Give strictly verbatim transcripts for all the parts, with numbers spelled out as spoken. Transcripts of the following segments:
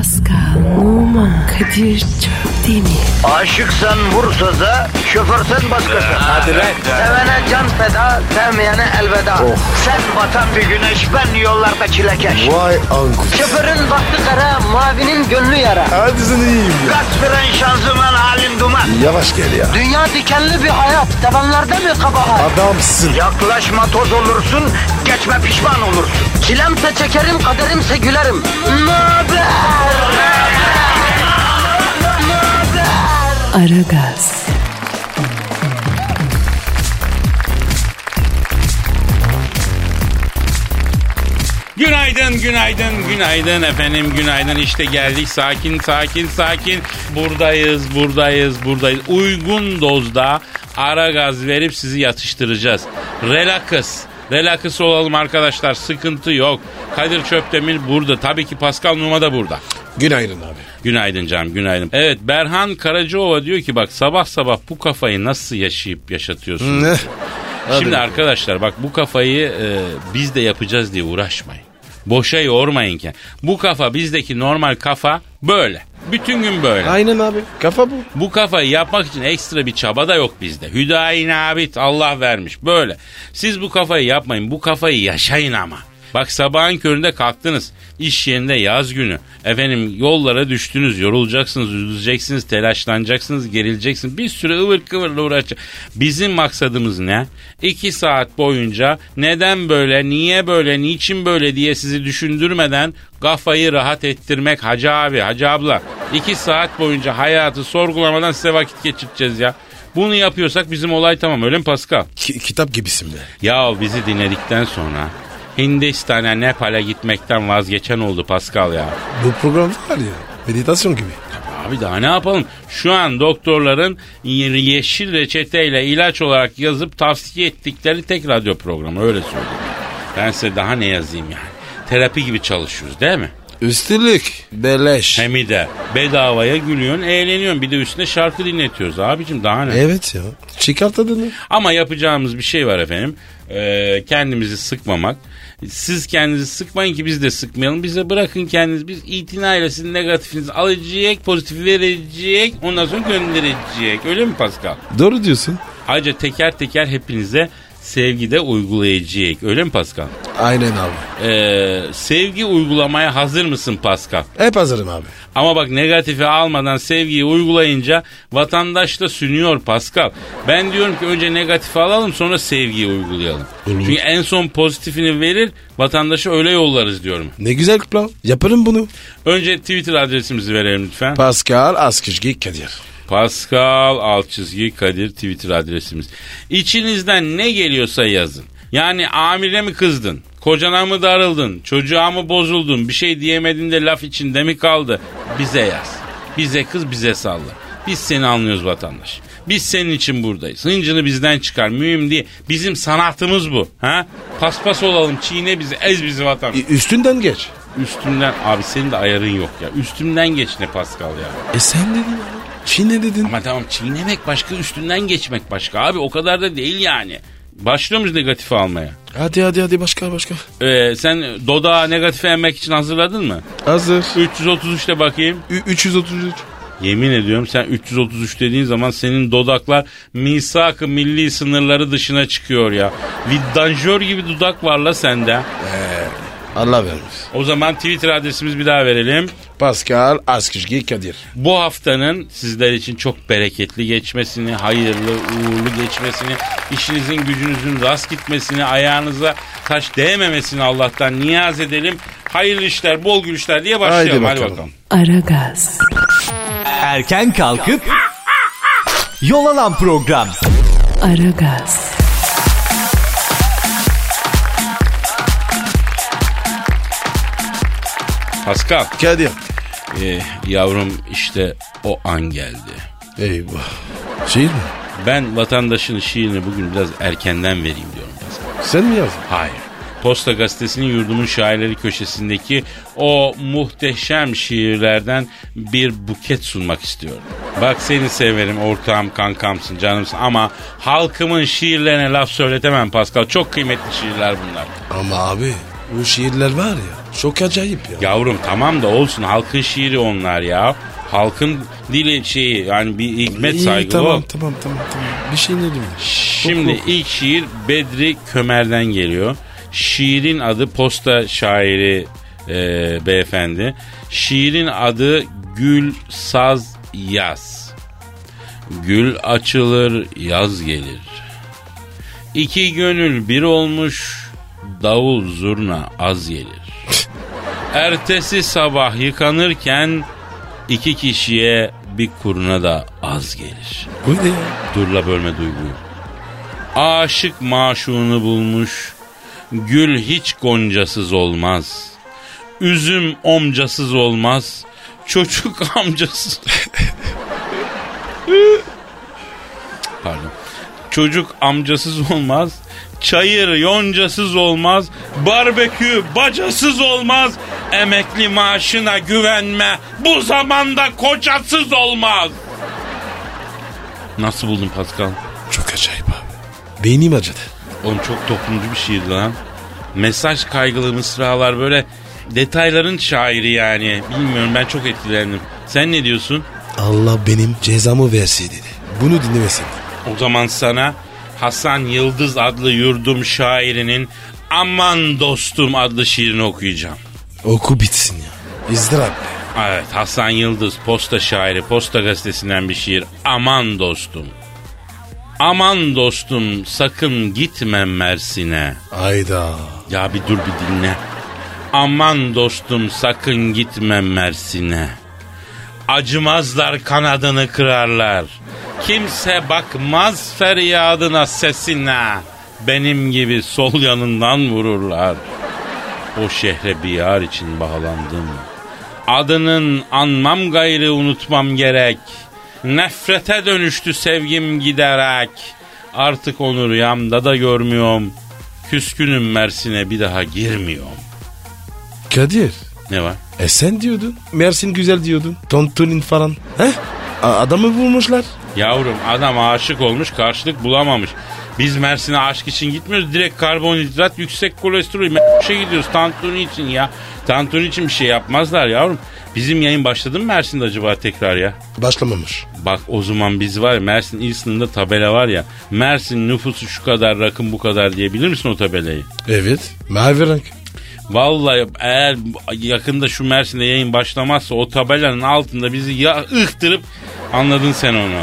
Pascal, Oman, Kadir çok değil mi? Aşıksan vursa da, şoförsen başkasın. Hadi lan. Sevene can feda, sevmeyene elveda. Oh. Sen batan bir güneş, ben yollarda çilekeş. Vay anku. Şoförün baktı kara, mavinin gönlü yara. Hadi sen iyiyim ya. Kasperen şanzıman halin duman. Yavaş gel ya. Dünya dikenli bir hayat, sevenlerde mi kabahar? Adamsın. Yaklaşma toz olursun, geçme pişman olursun. Çilemse çekerim, kaderimse gülerim. Möber! Aragaz. Günaydın, günaydın, günaydın efendim, günaydın. İşte geldik, sakin, sakin, sakin. Buradayız, buradayız, buradayız. Uygun dozda ara gaz verip sizi yatıştıracağız. Relax, relax olalım arkadaşlar, sıkıntı yok. Kadir Çöptemir burada, tabii ki Pascal Numa da burada. Günaydın abi. Günaydın canım, günaydın. Evet, Berhan Karacaova diyor ki bak sabah sabah bu kafayı nasıl yaşayıp yaşatıyorsun? Ne? Şimdi arkadaşlar bak bu kafayı e, biz de yapacağız diye uğraşmayın. Boşa yormayın ki. Bu kafa bizdeki normal kafa böyle. Bütün gün böyle. Aynen abi. Kafa bu. Bu kafayı yapmak için ekstra bir çaba da yok bizde. Hüdayi nabit Allah vermiş böyle. Siz bu kafayı yapmayın. Bu kafayı yaşayın ama. Bak sabahın köründe kalktınız. İş yerinde yaz günü. Efendim yollara düştünüz. Yorulacaksınız, üzüleceksiniz, telaşlanacaksınız, gerileceksiniz. Bir süre ıvır kıvırla uğraşacaksınız. Bizim maksadımız ne? İki saat boyunca neden böyle, niye böyle, niçin böyle diye sizi düşündürmeden kafayı rahat ettirmek hacı abi, hacı abla. İki saat boyunca hayatı sorgulamadan size vakit geçireceğiz ya. Bunu yapıyorsak bizim olay tamam, öyle mi Pascal? Ki- kitap gibisin be. Ya bizi dinledikten sonra Hindistan'a, Nepal'e gitmekten vazgeçen oldu Pascal ya. Bu program var ya, meditasyon gibi. Abi daha ne yapalım? Şu an doktorların yeşil reçeteyle ilaç olarak yazıp tavsiye ettikleri tek radyo programı, öyle söyleyeyim. Ben size daha ne yazayım yani? Terapi gibi çalışıyoruz değil mi? Üstelik beleş. Hem de bedavaya gülüyorsun, eğleniyorsun. Bir de üstüne şarkı dinletiyoruz abicim, daha ne? Evet ya. Çıkart adını. Ama yapacağımız bir şey var efendim. Ee, kendimizi sıkmamak. Siz kendinizi sıkmayın ki biz de sıkmayalım. Bize bırakın kendiniz. Biz itinayla sizin negatifinizi alacak, pozitif verecek, ondan sonra gönderecek. Öyle mi Pascal? Doğru diyorsun. Ayrıca teker teker hepinize sevgi de uygulayacak. Öyle mi Pascal? Aynen abi. Ee, sevgi uygulamaya hazır mısın Pascal? Hep hazırım abi. Ama bak negatifi almadan sevgiyi uygulayınca vatandaş da sünüyor Pascal. Ben diyorum ki önce negatifi alalım, sonra sevgiyi uygulayalım. Olur. Çünkü en son pozitifini verir, vatandaşa öyle yollarız diyorum. Ne güzel plan. Yaparım bunu. Önce Twitter adresimizi verelim lütfen. Pascal Askışgi Kadir. Pascal alt çizgi Kadir Twitter adresimiz. İçinizden ne geliyorsa yazın. Yani amire mi kızdın? Kocana mı darıldın? Çocuğa mı bozuldun? Bir şey diyemedin de laf içinde mi kaldı? Bize yaz. Bize kız, bize salla. Biz seni anlıyoruz vatandaş. Biz senin için buradayız. Hıncını bizden çıkar. Mühim değil. Bizim sanatımız bu. Ha? Paspas olalım. Çiğne bizi. Ez bizi vatandaş. E, üstünden geç. Üstümden. Abi senin de ayarın yok ya. Üstümden geç ne Pascal ya. E sen dedin ya. Çiğne dedin. Ama tamam, çiğnemek başka, üstünden geçmek başka. Abi o kadar da değil yani. Başlıyor muyuz negatifi almaya? Hadi hadi hadi başka başka. Ee, sen Doda negatifi emmek için hazırladın mı? Hazır. üç yüz otuz üçte bakayım. Ü- üç yüz otuz üç. Yemin ediyorum sen üç yüz otuz üç dediğin zaman senin dodaklar misak-ı milli sınırları dışına çıkıyor ya. Viddanjör gibi dudak var la sende. Eee Allah vermiş. O zaman Twitter adresimizi bir daha verelim. Pascal Askışgi Kadir. Bu haftanın sizler için çok bereketli geçmesini, hayırlı, uğurlu geçmesini, işinizin gücünüzün rast gitmesini, ayağınıza taş değmemesini Allah'tan niyaz edelim. Hayırlı işler, bol gülüşler diye başlayalım. Haydi Hadi bakalım. bakalım. Aragaz. Erken kalkıp yol alan program. Aragaz. Pascal. Kadir. Ee, yavrum işte o an geldi. Eyvah. Şiir mi? Ben vatandaşın şiirini bugün biraz erkenden vereyim diyorum Pascal. Sen mi yazdın? Hayır. Posta Gazetesi'nin Yurdumun Şairleri köşesindeki o muhteşem şiirlerden bir buket sunmak istiyorum. Bak seni severim, ortağım, kankamsın, canımsın ama halkımın şiirlerine laf söyletemem Pascal. Çok kıymetli şiirler bunlar. Ama abi Bu şiirler var ya çok acayip ya. Yavrum tamam da olsun, halkın şiiri onlar ya. Halkın dili şeyi yani bir hikmet İyi, saygılı tamam, o. tamam tamam tamam. Bir şey ne diyeyim? Şimdi Oku, oku. ilk şiir Bedri Kömer'den geliyor. Şiirin adı posta şairi e, beyefendi. Şiirin adı Gül Saz Yaz. Gül açılır yaz gelir. İki gönül bir olmuş, davul zurna az gelir. Ertesi sabah yıkanırken iki kişiye bir kuruna da az gelir. Bu ne ya? Dur la bölme duyguyu. Aşık maşuğunu bulmuş, gül hiç goncasız olmaz. Üzüm omcasız olmaz, çocuk amcasız. Pardon. Çocuk amcasız olmaz, çayır yoncasız olmaz, barbekü bacasız olmaz, emekli maaşına güvenme, bu zamanda kocasız olmaz. Nasıl buldun Pascal? Çok acayip abi. Beynim acıdı. Oğlum çok toplumcu bir şiirdi lan. Mesaj kaygılı mısralar, böyle detayların şairi yani. Bilmiyorum, ben çok etkilendim. Sen ne diyorsun? Allah benim cezamı versin dedi. Bunu dinlemesin. O zaman sana Hasan Yıldız adlı yurdum şairinin Aman Dostum adlı şiirini okuyacağım. Oku bitsin ya. İzdırap. Evet, Hasan Yıldız posta şairi, Posta Gazetesi'nden bir şiir. Aman dostum. Aman dostum sakın gitme Mersin'e. Ayda. Ya bir dur bir dinle. Aman dostum sakın gitme Mersin'e. Acımazlar, kanadını kırarlar. Kimse bakmaz feryadına, sesine. Benim gibi sol yanından vururlar. O şehre bir yar için bağlandım. Adının anmam gayrı unutmam gerek. Nefrete dönüştü sevgim giderek. Artık onu rüyamda da görmüyorum. Küskünüm Mersin'e, bir daha girmiyorum. Kadir. Ne var? E sen diyordun. Mersin güzel diyordun. Tontonin falan. He? A- adamı bulmuşlar. Yavrum adam aşık olmuş, karşılık bulamamış. Biz Mersin'e aşk için gitmiyoruz. Direkt karbonhidrat, yüksek kolesterol. M***'e gidiyoruz tantuni için ya. Tantuni için bir şey yapmazlar yavrum. Bizim yayın başladı mı Mersin'de acaba tekrar ya? Başlamamış. Bak o zaman biz var ya, Mersin il sınırında tabela var ya. Mersin nüfusu şu kadar, rakım bu kadar diye, bilir misin o tabelayı? Evet. Mavi renk. Vallahi eğer yakında şu Mersin'de yayın başlamazsa o tabelanın altında bizi ya ıhtırıp, anladın sen onu.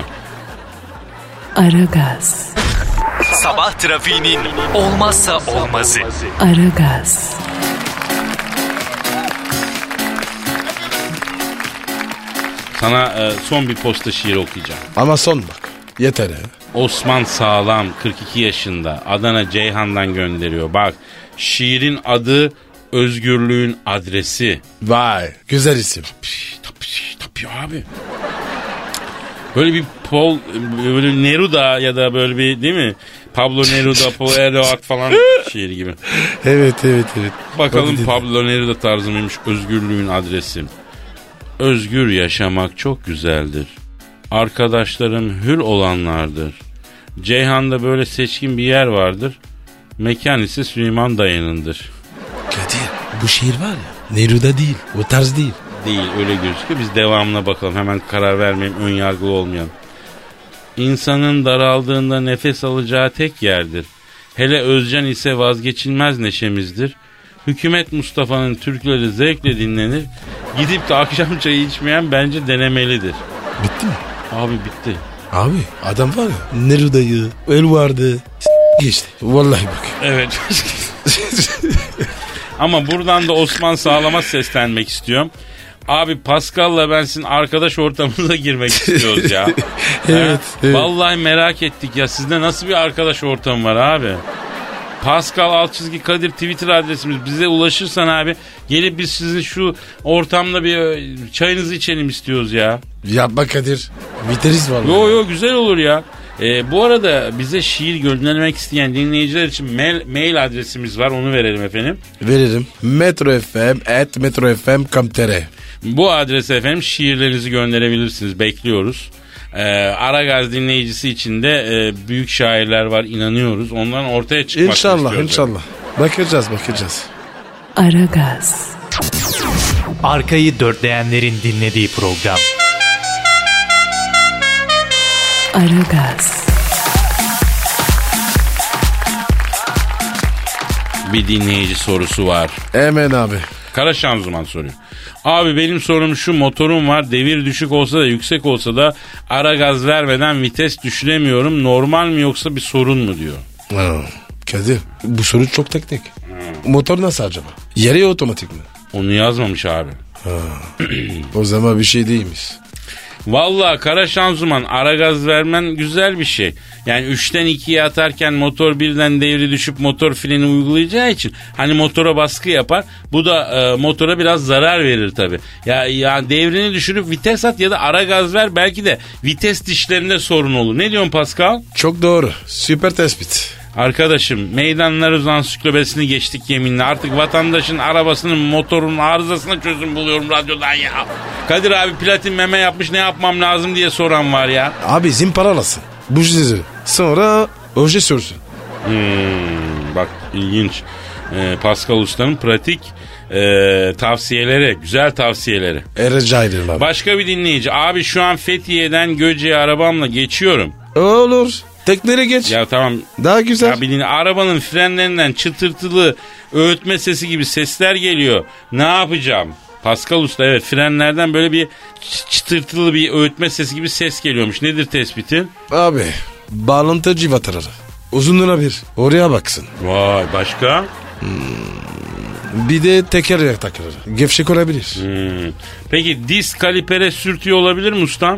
Aragaz. Sabah trafiğinin olmazsa olmazı. Aragaz. Sana e, son bir posta şiiri okuyacağım. Ama son bak. Yeter ya. Osman Sağlam kırk iki yaşında, Adana Ceyhan'dan gönderiyor. Bak, şiirin adı Özgürlüğün Adresi. Vay. Güzel isim. Tabii, tabii abi. Böyle bir Paul, böyle Neruda ya da böyle bir, değil mi? Pablo Neruda, Paul Eluard falan şiiri gibi. Evet evet evet. Bakalım Hadi Pablo Neruda tarzı mıymış Özgürlüğün Adresi. Özgür yaşamak çok güzeldir. Arkadaşlarım hür olanlardır. Ceyhan'da böyle seçkin bir yer vardır. Mekan ise Süleyman Dayı'nındır. Kadir bu şiir var ya. Neruda değil. O tarz değil. Değil, öyle gözüküyor. Biz devamına bakalım. Hemen karar vermeyelim, ön yargılı olmayalım. İnsanın daraldığında nefes alacağı tek yerdir. Hele Özcan ise vazgeçilmez neşemizdir. Hükümet Mustafa'nın türküleri zevkle dinlenir. Gidip de akşam çayı içmeyen bence denemelidir. Bitti mi? Abi bitti. Abi adam var ya. Neruda'yı, el vardı. Geçti. Vallahi bak. Evet. Ama buradan da Osman Sağlam'a seslenmek istiyorum. Abi Pascal'la ben sizin arkadaş ortamınıza girmek istiyoruz ya. Evet, evet. Vallahi merak ettik ya, sizde nasıl bir arkadaş ortamı var abi? Pascal alt çizgi Kadir Twitter adresimiz, bize ulaşırsan abi gelip biz sizin şu ortamda bir çayınızı içelim istiyoruz ya. Yapma Kadir. Biteriz vallahi. Yo yo güzel olur ya. Ee, bu arada bize şiir göndermek isteyen dinleyiciler için mail, mail adresimiz var, onu verelim efendim. Veririm. metrofm at metrofm nokta com nokta tr. Bu adrese efendim şiirlerinizi gönderebilirsiniz, bekliyoruz. Ee, Aragaz dinleyicisi için de e, büyük şairler var, inanıyoruz. Onların ortaya çıkmasını İnşallah istiyoruz. inşallah. Bakacağız bakacağız. Aragaz. Arkayı dörtleyenlerin dinlediği program. Aragaz. Bir dinleyici sorusu var. Hemen abi. Kara Şanzıman soruyor. Abi benim sorum şu, motorum var, devir düşük olsa da yüksek olsa da ara gaz vermeden vites düşüremiyorum. Normal mi yoksa bir sorun mu diyor. Ha, Kadir bu soru çok teknik. Hmm. Motor nasıl acaba? Yarı otomatik mi? Onu yazmamış abi. O zaman bir şey değilmiş. Vallahi Kara Şanzıman, ara gaz vermen güzel bir şey. Yani üçten ikiye atarken motor birden devri düşüp motor freni uygulayacağı için hani motora baskı yapar. Bu da e, motora biraz zarar verir tabii. Ya, ya devrini düşürüp vites at ya da ara gaz ver, belki de vites dişlerinde sorun olur. Ne diyorsun Pascal? Çok doğru. Süper tespit. Arkadaşım, meydanlar ansiklopedisini geçtik yeminle. Artık vatandaşın arabasının motorunun arızasına çözüm buluyorum radyodan ya. Kadir abi platin meme yapmış, ne yapmam lazım diye soran var ya. Abi zimparalasın. Bujizi. Sonra oje sürsün. Hmm, bak ilginç. Ee, Pascal Usta'nın pratik e, tavsiyeleri, güzel tavsiyeleri. E, rica ederim abi. Başka bir dinleyici. Abi şu an Fethiye'den Göce'ye arabamla geçiyorum. Olur. Teknere geç. Ya tamam. Daha güzel. Ya bilin, arabanın frenlerinden çıtırtılı öğütme sesi gibi sesler geliyor. Ne yapacağım? Pascal Usta, evet, frenlerden böyle bir çıtırtılı bir öğütme sesi gibi ses geliyormuş. Nedir tespitin? Abi bağlantı cıvataları. Uzunluğuna bir. Oraya baksın. Vay, başka? Hmm. Bir de teker takılır. Gevşek olabilir. Hmm. Peki disk kalipere sürtüyor olabilir mi ustam?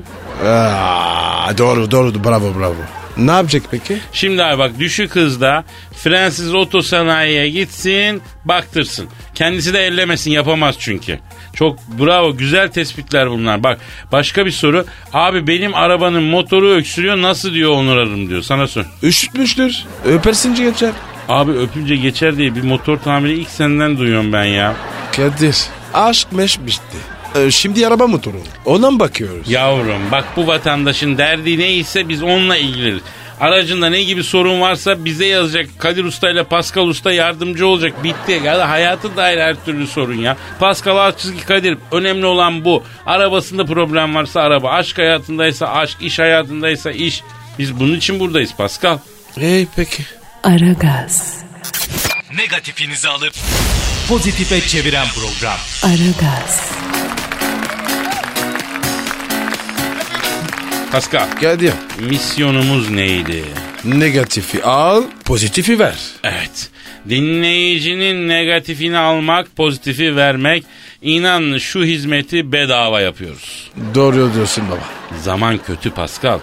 Aa, doğru doğru bravo bravo. Ne yapacak peki? Şimdi abi bak, düşük hızda frensiz otosanayiye gitsin, baktırsın. Kendisi de ellemesin, yapamaz çünkü. Çok bravo, güzel tespitler bunlar. Bak başka bir soru. Abi benim arabanın motoru öksürüyor, nasıl diyor Onur Arım diyor, sana sor. Üşütmüştür. Öpersince geçer. Abi öpünce geçer diye bir motor tamiri ilk senden duyuyorum ben ya. Kadir aşk meş bitti. Ee, şimdi araba motoru. Ona mı bakıyoruz? Yavrum bak, bu vatandaşın derdi neyse biz onunla ilgileniz. Aracında ne gibi sorun varsa bize yazacak. Kadir Usta ile Pascal Usta yardımcı olacak. Bitti. Ya da hayatı dair her türlü sorun ya. Pascal Altçizgi Kadir. Önemli olan bu. Arabasında problem varsa araba. Aşk hayatındaysa aşk. İş hayatındaysa iş. Biz bunun için buradayız Pascal. İyi peki. Aragaz. Negatifinizi alıp pozitife çeviren program. Aragaz. Pascal, Kadir. misyonumuz neydi? Negatifi al, pozitifi ver. Evet. Dinleyicinin negatifini almak, pozitifi vermek. İnan şu hizmeti bedava yapıyoruz. Doğru diyorsun baba. Zaman kötü Pascal.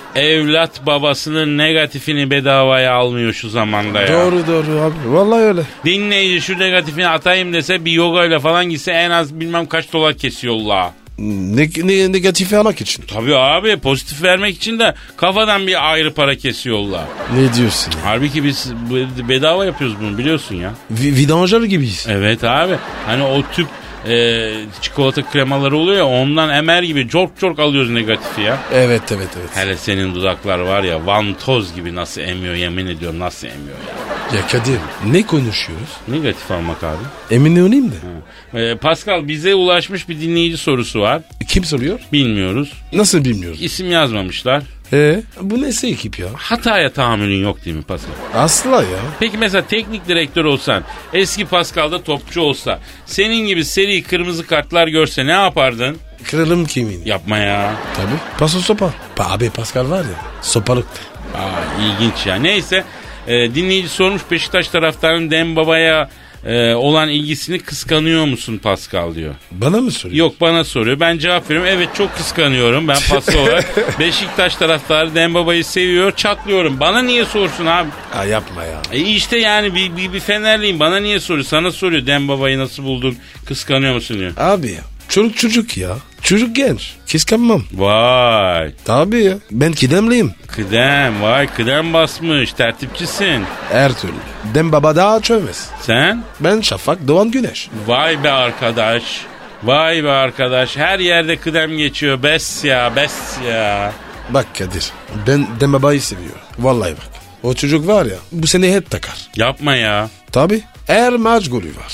Evlat babasının negatifini bedavaya almıyor şu zamanda ya. Doğru doğru abi. Vallahi öyle. Dinleyici şu negatifini atayım dese, bir yoga ile falan gitse en az bilmem kaç dolar kesiyorlar. Ne, ne, negatifi almak için. Tabii abi, pozitif vermek için de kafadan bir ayrı para kesiyorlar. Ne diyorsun ya? Halbuki biz bedava yapıyoruz bunu, biliyorsun ya. V- vidanjör gibiyiz. Evet abi. Hani o tüp e, çikolata kremaları oluyor ya, ondan emer gibi cork cork alıyoruz negatifi ya. Evet evet evet. Hele senin dudaklar var ya, vantoz gibi nasıl emiyor, yemin ediyorum nasıl emiyor ya. Ya Kadir ne konuşuyoruz? Negatif almak abi. Emin olayım da. Ee, Pascal, bize ulaşmış bir dinleyici sorusu var. Kim soruyor? Bilmiyoruz. Nasıl bilmiyoruz? İsim yazmamışlar. Ee, bu neyse ekip ya? Hataya tahammülün yok değil mi Pascal? Asla ya. Peki mesela teknik direktör olsan, eski Pascal'da topçu olsa, senin gibi seri kırmızı kartlar görse ne yapardın? Kıralım kimini? Yapma ya. Tabii. Paso sopa. Pa abi Pascal var ya. Sopalıktı. Aa, ilginç ya. Neyse, e, dinleyici sormuş, Beşiktaş taraftarının Dembaba'ya e, olan ilgisini kıskanıyor musun Pascal diyor. Bana mı soruyor? Yok, bana soruyor. Ben cevap veriyorum. Evet, çok kıskanıyorum ben Pascal olarak. Beşiktaş taraftarı Dembaba'yı seviyor, çatlıyorum. Bana niye sorsun abi? Ha, yapma ya. E işte yani bir, bir, bir Fenerliyim. Bana niye soruyor? Sana soruyor. Dembaba'yı nasıl buldun? Kıskanıyor musun diyor. Abi ya. Çocuk çocuk ya. Çocuk genç. Kıskanmam. Vay. Tabii ya. Ben kıdemliyim. Kıdem. Vay, kıdem basmış. Tertipçisin. Her türlü. Dem baba daha çövmez. Sen? Ben Şafak Doğan Güneş. Vay be arkadaş. Vay be arkadaş. Her yerde kıdem geçiyor. Bes ya, bes ya. Bak Kadir. Ben Dem babayı seviyorum. Vallahi bak. O çocuk var ya. Bu sene hep takar. Yapma ya. Tabii. Her maç golü var.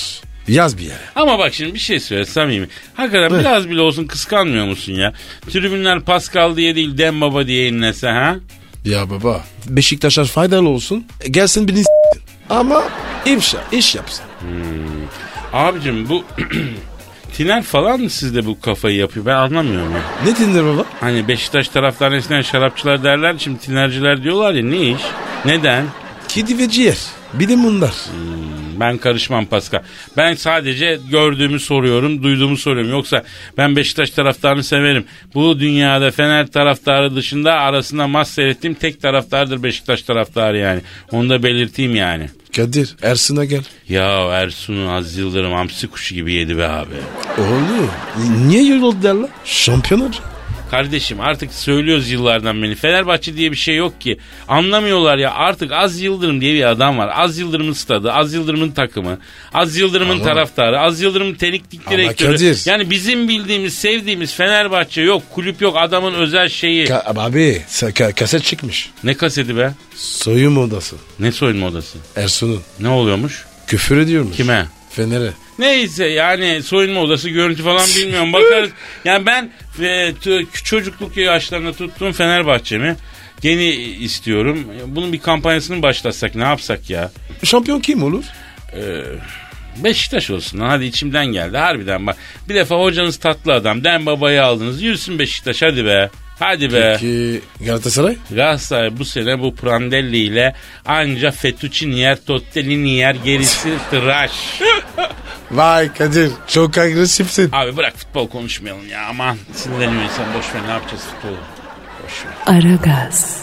Yaz bir yere. Ama bak şimdi bir şey söyle samimi. Hakikaten biraz bile olsun kıskanmıyor musun ya? Tribünler Pascal diye değil Dembaba diye inlese ha? Ya baba Beşiktaş'a faydalı olsun. E, gelsin beni s**tin. Ama iş, iş yapsın. Hmm. Abicim bu tiner falan mı sizde bu kafayı yapıyor? Ben anlamıyorum ya. Ne dinler baba? Hani Beşiktaş taraftarı eskiden şarapçılar derler. Şimdi tinerciler diyorlar ya, ne iş? Neden? Kedi ve ciğer. Bir de bunlar. Hmm, ben karışmam Pascal. Ben sadece gördüğümü soruyorum, duyduğumu soruyorum. Yoksa ben Beşiktaş taraftarını severim. Bu dünyada Fener taraftarı dışında arasında maç seyrettiğim tek taraftardır Beşiktaş taraftarı yani. Onu da belirteyim yani. Kadir Ersun'a gel. Ya Ersun'u Aziz Yıldırım hamsi kuşu gibi yedi be abi. Oğlum niye yoruldu derler? Şampiyon olacak. Kardeşim artık söylüyoruz yıllardan beri. Fenerbahçe diye bir şey yok ki. Anlamıyorlar ya, artık Az Yıldırım diye bir adam var. Az Yıldırım'ın stadı, Az Yıldırım'ın takımı, Az Yıldırım'ın ama, taraftarı, Az Yıldırım'ın teknik direktörü. Yani bizim bildiğimiz, sevdiğimiz Fenerbahçe yok, kulüp yok, adamın özel şeyi. Ka- abi ka- kaset çıkmış. Ne kaseti be? Soyunma odası. Ne soyunma odası? Ersun'un. Ne oluyormuş? Küfür ediyormuş. Kime? Fener'e. Neyse yani soyunma odası görüntü falan bilmiyorum, bakarız. Yani ben e, t- çocukluk yaşlarında tuttuğum Fenerbahçe'mi yeni istiyorum. Bunun bir kampanyasını mı başlatsak, ne yapsak ya? Şampiyon kim olur? Ee, Beşiktaş olsun lan, hadi içimden geldi harbiden bak. Bir defa hocanız tatlı adam, Dembaba'yı aldınız, yürüsün Beşiktaş hadi be. Hadi be. Peki Galatasaray? Galatasaray bu sene bu Prandelli ile anca Fettuccine yer, Tortellini yer, gerisi tıraş. Vay Kadir çok agresifsin. Abi bırak futbol konuşmayalım ya, aman sinirleniyor insan, boş ver, ne yapacağız futbolu, boş ver. Aragaz.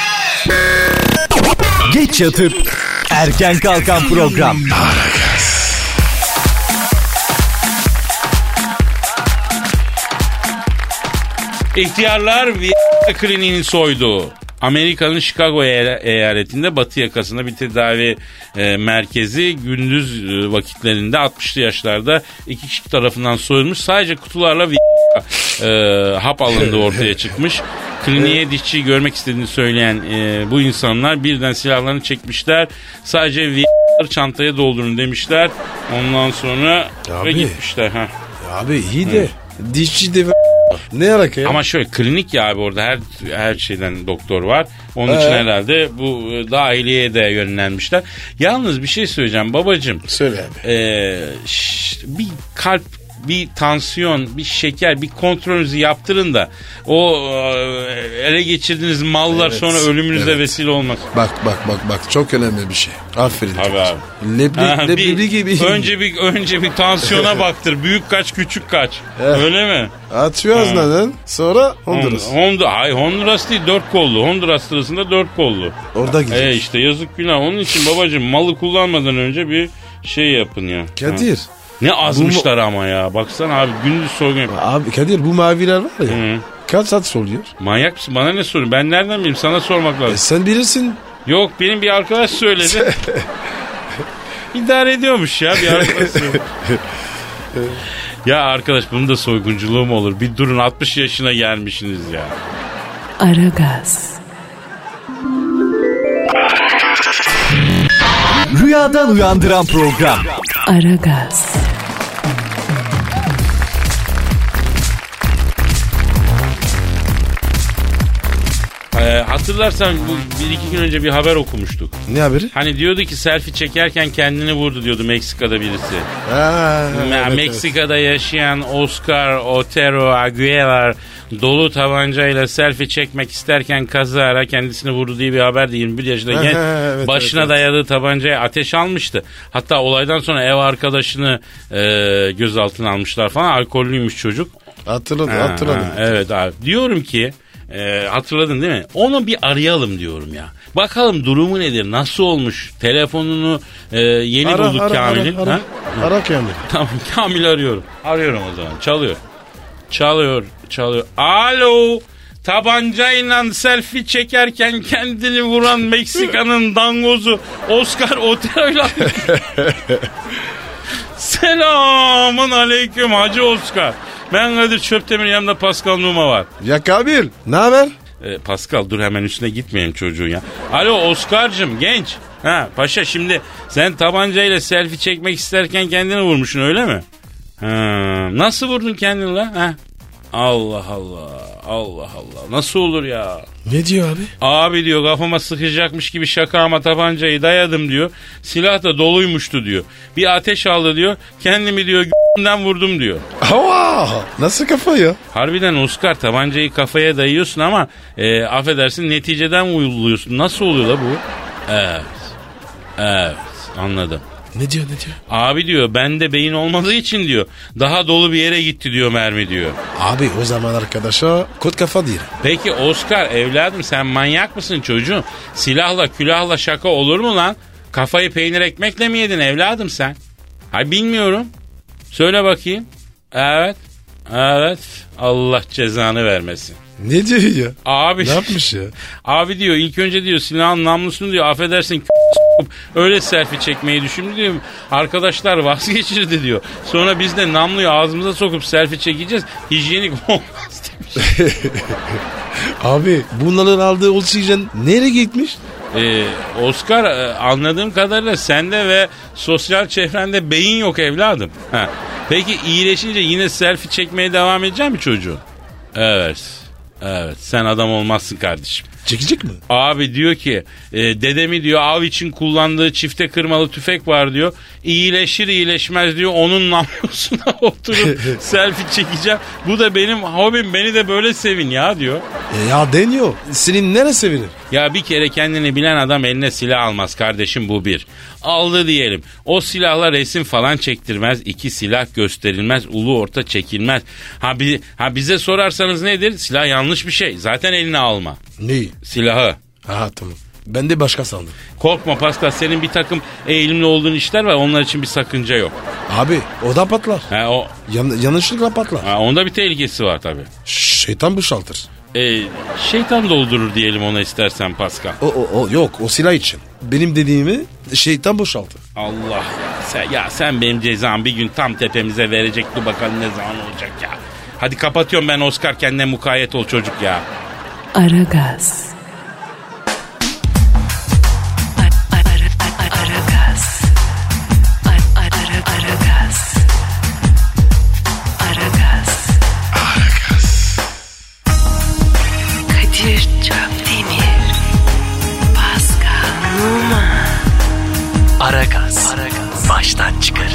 Geç yatıp erken kalkan program. Aragaz. İhtiyarlar Viagra kliniğini soydu. Amerika'nın Chicago eyaletinde batı yakasında bir tedavi e, merkezi gündüz e, vakitlerinde altmışlı yaşlarda iki kişi tarafından soyulmuş. Sadece kutularla Viagra e, hap alındığı ortaya çıkmış. Kliniğe dişçiyi görmek istediğini söyleyen e, bu insanlar birden silahlarını çekmişler. Sadece Viagra çantaya doldurun demişler. Ondan sonra abi, ve gitmişler. Ha. Abi iyi de dişçi de ne alaka ya? Ama şöyle klinik ya abi, orada her her şeyden doktor var. Onun ee? için herhalde bu dahiliyeye de yönlenmişler. Yalnız bir şey söyleyeceğim babacığım. Söyle abi. Ee, şş, bir kalp, bir tansiyon, bir şeker, bir kontrolünüzü yaptırın da o ele geçirdiğiniz mallar evet, sonra ölümünüze evet. vesile olmaz. Bak bak bak bak çok önemli bir şey. Aferin. Abi abi. Lebli, ha, lebli bir, gibi. Önce bir önce bir tansiyona baktır. Büyük kaç, küçük kaç. Evet. Öyle mi? Atıyoruz neden? Sonra Honduras. Honduras. Hayır Honduras değil, dört kollu. Honduras sırasında dört kollu. Orada gidiyor. E işte yazık günah. Onun için babacığım malı kullanmadan önce bir şey yapın ya. Kadir. Ha. Ne azmışlar bu... ama ya. Baksana abi gündüz soygun. Abi Kadir bu maviler var ya. Hı. Kaç saat soruyor? Manyak mısın? Bana ne soruyorsun? Ben nereden bileyim? Sana sormak lazım. E sen bilirsin. Yok benim bir arkadaş söyledi. İdare ediyormuş ya bir arkadaş söyledi. Ya arkadaş bunun da soygunculuğu mu olur? Bir durun, altmış yaşına gelmişsiniz ya. Aragaz. Rüyadan uyandıran program. Aragaz. Ee, hatırlarsan bu bir iki gün önce bir haber okumuştuk. Ne haberi? Hani diyordu ki selfie çekerken kendini vurdu diyordu Meksika'da birisi. Ha, evet, Meksika'da evet. yaşayan Oscar Otero Aguilar dolu tabancayla selfie çekmek isterken kazara kendisini vurdu diye bir haberdi. yirmi bir yaşında genç evet, başına evet, dayadığı evet. tabancaya ateş almıştı. Hatta olaydan sonra ev arkadaşını e, gözaltına almışlar falan. Alkollüymüş çocuk. Hatırladım ha, hatırladım. Ha, evet abi diyorum ki e, hatırladın değil mi? Onu bir arayalım diyorum ya. Bakalım durumu nedir? Nasıl olmuş? Telefonunu e, yeni ara, bulduk ara, Kamil'in. Ara, ara, ara, ara Kamil. Tamam Kamil arıyorum. Arıyorum o zaman. Çalıyor. Çalıyor. Çalıyor. Alo. Tabancayla selfie çekerken kendini vuran Meksika'nın dangozu Oscar Otero'yla. Selamun aleyküm Hacı Oscar. Ben Kadir Çöptemir, yanımda Pascal Numa var. Ya Kabil ne haber? Ee, Pascal dur hemen üstüne gitmeyelim çocuğun ya. Alo Oscar'cığım genç. Ha paşa şimdi sen tabancayla selfie çekmek isterken kendini vurmuşsun öyle mi? Ha, nasıl vurdun kendini la? Ha? Allah Allah. Allah Allah. Nasıl olur ya? Ne diyor abi? Abi diyor kafama sıkacakmış gibi şakama tabancayı dayadım diyor. Silah da doluymuştu diyor. Bir ateş aldı diyor. Kendimi diyor g***den vurdum diyor. Aa, nasıl kafa ya? Harbiden Oscar tabancayı kafaya dayıyorsun ama e, affedersin neticeden vuruluyorsun. Nasıl oluyor la bu? Evet. Evet anladım. Ne diyor ne diyor? Abi diyor bende beyin olmadığı için diyor daha dolu bir yere gitti diyor mermi diyor. Abi o zaman arkadaşa kod kafa değil. Peki Oscar evladım sen manyak mısın çocuğum? Silahla külahla şaka olur mu lan? Kafayı peynir ekmekle mi yedin evladım sen? Hay bilmiyorum. Söyle bakayım. Evet. Evet. Allah cezanı vermesin. Ne diyor ya? Abi. Ne yapmış ya? Abi diyor ilk önce diyor silahın namlusunu diyor affedersin öyle selfie çekmeyi düşündü diyor. Arkadaşlar vazgeçirdi diyor. Sonra biz de namluyu ağzımıza sokup selfie çekeceğiz. Hijyenik olmaz demiş. Abi bunların aldığı oksijen nereye gitmiş? Ee, Oscar e, anladığım kadarıyla sende ve sosyal çevrende beyin yok evladım. Ha. Peki iyileşince yine selfie çekmeye devam edecek mi çocuğun? Evet. Evet sen adam olmazsın kardeşim. Çekecek mi? Abi diyor ki e, dedemi diyor av için kullandığı çifte kırmalı tüfek var diyor. İyileşir iyileşmez diyor onun namlusuna oturup selfie çekeceğim. Bu da benim hobim beni de böyle sevin ya diyor. E ya deniyor. Senin neresi sevinir? Ya bir kere kendini bilen adam eline silah almaz kardeşim bu bir. Aldı diyelim. O silahla resim falan çektirmez. İki silah gösterilmez. Ulu orta çekilmez. Ha, bi, ha bize sorarsanız nedir? Silah yanlış bir şey. Zaten eline alma. Neyi? Silahı. Aha tamam. Ben de başka sandım. Korkma Pascal senin bir takım eğilimli olduğun işler var. Onlar için bir sakınca yok. Abi o da patlar. Ha, o, Yan, yanlışlıkla patlar. ha, onda bir tehlikesi var tabii. Şeytan boşaltır. Ee, şeytan doldurur diyelim ona istersen Pascal. O, o, o yok o silah için. Benim dediğimi şeytan boşaltır. Allah ya sen, ya sen benim cezam bir gün tam tepemize verecek. Dur bakalım ne zaman olacak ya. Hadi kapatıyorum ben Oscar kendine mukayyet ol çocuk ya. Aragaz. Aragaz. Aragaz. Aragaz. Kadir Çöpdemir. Pascal Numa. Aragaz. Baştan çıkarır.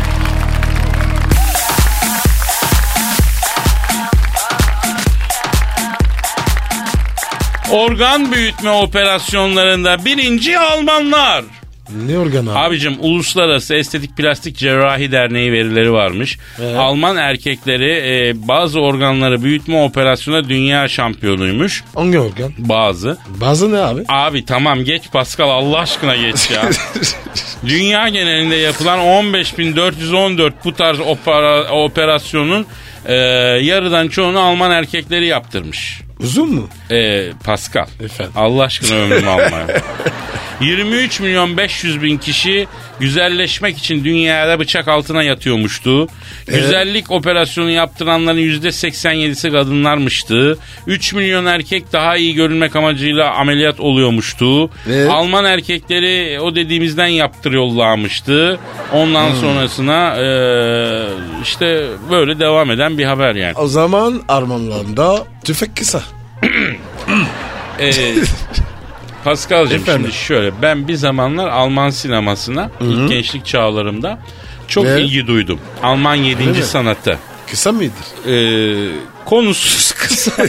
Organ büyütme operasyonlarında birinci Almanlar. Ne organ abi? Abicim Uluslararası Estetik Plastik Cerrahi Derneği verileri varmış. Evet. Alman erkekleri e, bazı organları büyütme operasyonunda dünya şampiyonuymuş. Hangi organ? Bazı. Bazı ne abi? Abi tamam geç Pascal Allah aşkına geç ya. Dünya genelinde yapılan on beş bin dört yüz on dört bu tarz opera, operasyonun e, yarıdan çoğunu Alman erkekleri yaptırmış. Uzun mu? E, Pascal. Efendim? Allah aşkına ömrümü alma. yirmi üç milyon beş yüz bin kişi güzelleşmek için dünyada bıçak altına yatıyormuştu. Evet. Güzellik operasyonu yaptıranların yüzde seksen yedisi kadınlarmıştı. üç milyon erkek daha iyi görünmek amacıyla ameliyat oluyormuştu. Evet. Alman erkekleri o dediğimizden yaptırıyorlarmıştı. Ondan hmm. sonrasına e, işte böyle devam eden bir haber yani. O zaman Almanlarında tüfek kısa. Eee... Pascal'cığım şimdi şöyle ben bir zamanlar Alman sinemasına Hı-hı. ilk gençlik çağlarımda çok Ve? ilgi duydum. Alman yedinci sanatı. Kısa mıdır? Ee, konusuz kısa.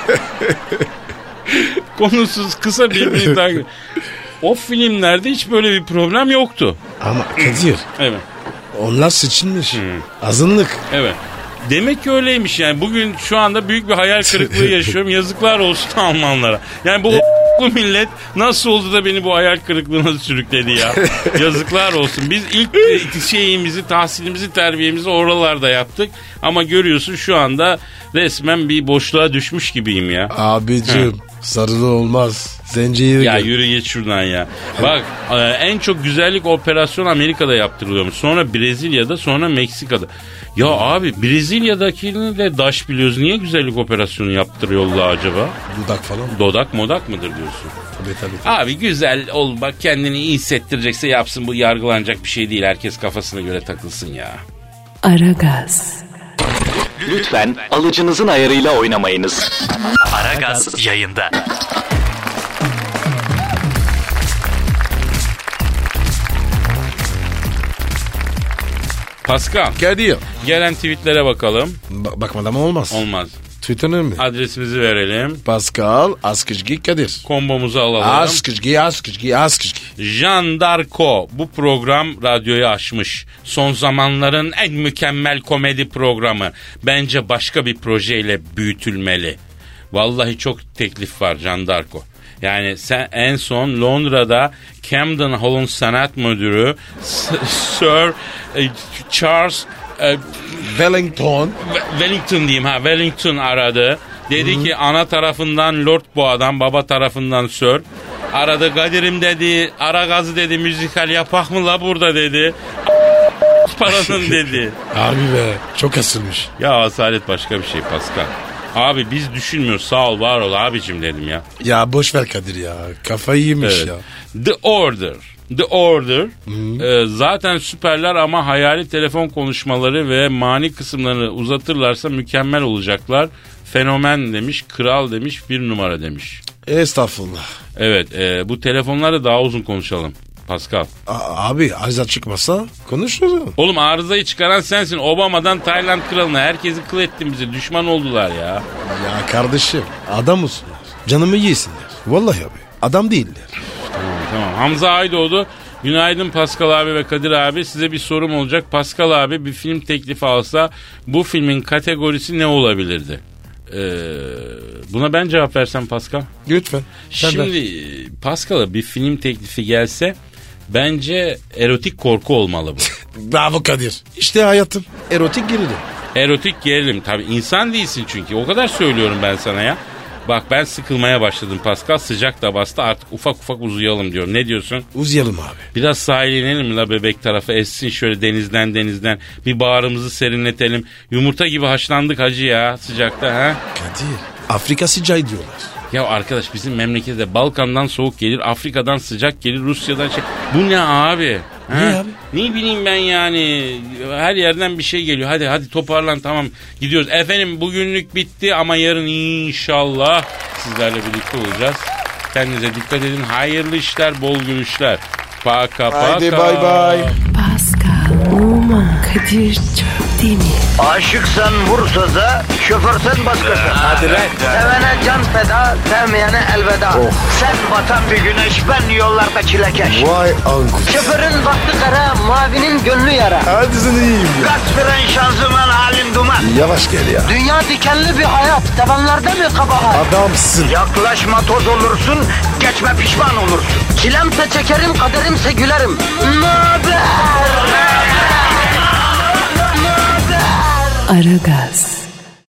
konusuz kısa birbirini takip. O filmlerde hiç böyle bir problem yoktu. Ama Kadir. Evet. Onlar seçilmiş. Hı. Azınlık. Evet. Demek ki öyleymiş yani. Bugün şu anda büyük bir hayal kırıklığı yaşıyorum. Yazıklar olsun Almanlara. Yani bu bu millet nasıl oldu da beni bu hayal kırıklığına sürükledi ya. Yazıklar olsun. Biz ilk şeyimizi, tahsilimizi, terbiyemizi oralarda yaptık. Ama görüyorsun şu anda resmen bir boşluğa düşmüş gibiyim ya. Abicim Sarılı olmaz. Zenciyi Ya gel. yürü git şuradan ya. Bak e, en çok güzellik operasyonu Amerika'da yaptırılıyormuş. Sonra Brezilya'da, sonra Meksika'da. Ya abi Brezilya'dakini de daş biliyoruz. Niye güzellik operasyonu yaptırıyorlar acaba? Dudak falan. Dodak modak mıdır diyorsun? Tabii tabii. tabii. Abi güzel ol bak, kendini iyi hissettirecekse yapsın, bu yargılanacak bir şey değil. Herkes kafasına göre takılsın ya. Aragaz, Lütfen alıcınızın ayarıyla oynamayınız. Aragaz yayında. Pascal, Kadir. gelen tweetlere bakalım. Ba- bakmadan olmaz. Olmaz. Twitter'ın mı? Adresimizi verelim. Pascal Askışgi Kadir. Kombomuzu alalım. Askışgi Askışgi Askışgi. Jean Darko bu program radyoyu aşmış. Son zamanların en mükemmel komedi programı. Bence başka bir projeyle büyütülmeli. Vallahi çok teklif var Jean Darko. Yani sen en son Londra'da Camden Hall'un sanat müdürü Sir e, Charles e, Wellington. Wellington diyeyim ha Wellington aradı. Dedi Hı-hı. ki ana tarafından Lord bu adam, baba tarafından Sir. Aradı, Kadir'im dedi, Aragaz'ı dedi, müzikal yapak mı la burada dedi. Paranın dedi. Harbi be, çok asılmış. Ya asalet başka bir şey Pascal. Abi biz düşünmüyoruz, sağ ol var ol abicim dedim ya. Ya boş ver Kadir ya, kafayı yemiş Evet. ya. The Order. The Order e, zaten süperler ama hayali telefon konuşmaları ve mani kısımlarını uzatırlarsa mükemmel olacaklar. Fenomen demiş, kral demiş, bir numara demiş. Estağfurullah. Evet e, bu telefonları daha uzun konuşalım Pascal. A- abi arıza çıkmasa konuşuruz. Oğlum arızayı çıkaran sensin. Obama'dan Tayland kralına herkesi kıl ettin bize. Düşman oldular ya. Ya kardeşim adam olsunlar. Canımı yesinler. Vallahi abi adam değiller. Tamam tamam. Hamza Aydoğdu. Günaydın Pascal abi ve Kadir abi. Size bir sorum olacak. Pascal abi bir film teklifi alsa bu filmin kategorisi ne olabilirdi? Ee, buna ben cevap versem Pascal. Lütfen. Sen Şimdi ver. Pascal'a bir film teklifi gelse bence erotik korku olmalı bu. Bravo Kadir. İşte hayatım. Erotik gerilim. Erotik gerilim. Tabii insan değilsin çünkü. O kadar söylüyorum ben sana ya. Bak ben sıkılmaya başladım Pascal. Sıcak da bastı, artık ufak ufak uzayalım diyorum. Ne diyorsun? Uzayalım abi. Biraz sahile inelim mi la bebek tarafı? Essin şöyle denizden denizden. Bir bağrımızı serinletelim. Yumurta gibi haşlandık hacı ya sıcakta ha. Kadir. Afrika sıcağı diyorlar. Ya arkadaş bizim memlekette Balkan'dan soğuk gelir, Afrika'dan sıcak gelir, Rusya'dan şey. Bu ne abi? Ha? Ne abi? Ne bileyim ben yani. Her yerden bir şey geliyor. Hadi hadi toparlan, tamam gidiyoruz. Efendim bugünlük bitti ama yarın inşallah sizlerle birlikte olacağız. Kendinize dikkat edin. Hayırlı işler, bol gülüşler. Paka paka. Haydi bay bay. Pascal, Oman, Kadir çok değil mi? Aşıksan vursa da, şoförsen başkasın. Hadi lan. Sevene can feda, sevmeyene elveda. Sen batan bir güneş, ben yollarda çilekeş. Vay anku. Şoförün baktı kara, mavinin gönlü yara. Hadi sen iyiyim ya. Kasperen şanzıman halin duman. Yavaş gel ya. Dünya dikenli bir hayat, sevenlerde mi kabahar? Adamsın. Yaklaşma toz olursun, geçme pişman olursun. Çilemse çekerim, kaderimse gülerim. Möber! Aragaz.